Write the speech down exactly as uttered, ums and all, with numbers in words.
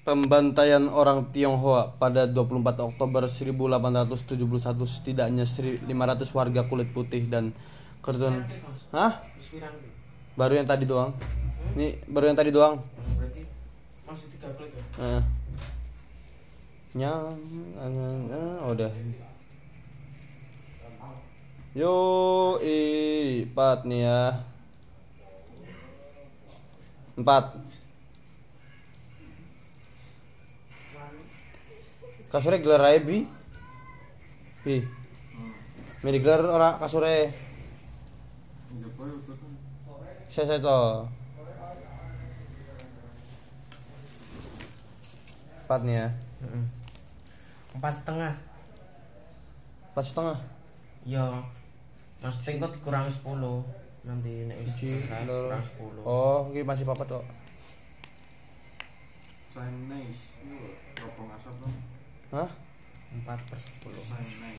Pembantaian orang Tionghoa pada dua puluh empat Oktober seribu delapan ratus tujuh puluh satu, setidaknya lima ratus warga kulit putih dan keturunan. Hah? Baru yang tadi doang. Ini baru yang tadi doang. Berarti masih tiga klik ya? Heeh. Nyang, uh, udah. Yo, i, empat nih ya. Empat. Kasurnya gelar aja bi. Bi. Mari gelar ora kasurnya. Saya saya toh. Empat nih ya. Empat setengah. Empat setengah. Iya. Maksudnya kok dikurangi sepuluh. Nanti nek wis selesai kurang sepuluh. Oh, ini masih papat kok. Chinese, itu ropong asap tuh. Hah? Empat per sepuluh. Chinese.